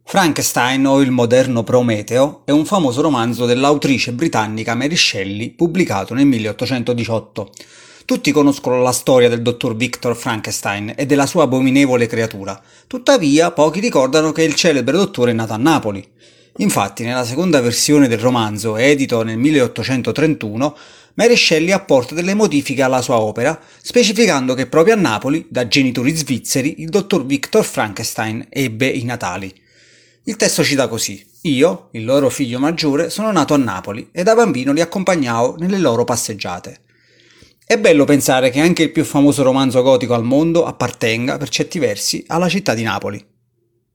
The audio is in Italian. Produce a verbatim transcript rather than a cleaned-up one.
Frankenstein o il moderno Prometeo è un famoso romanzo dell'autrice britannica Mary Shelley pubblicato nel milleottocentodiciotto. Tutti conoscono la storia del dottor Victor Frankenstein e della sua abominevole creatura, tuttavia pochi ricordano che il celebre dottore è nato a Napoli. Infatti, nella seconda versione del romanzo, edito nel milleottocentotrentuno, Mary Shelley apporta delle modifiche alla sua opera, specificando che proprio a Napoli, da genitori svizzeri, il dottor Victor Frankenstein ebbe i natali. Il testo cita così: Io, il loro figlio maggiore, sono nato a Napoli e da bambino li accompagnavo nelle loro passeggiate. È bello pensare che anche il più famoso romanzo gotico al mondo appartenga, per certi versi, alla città di Napoli.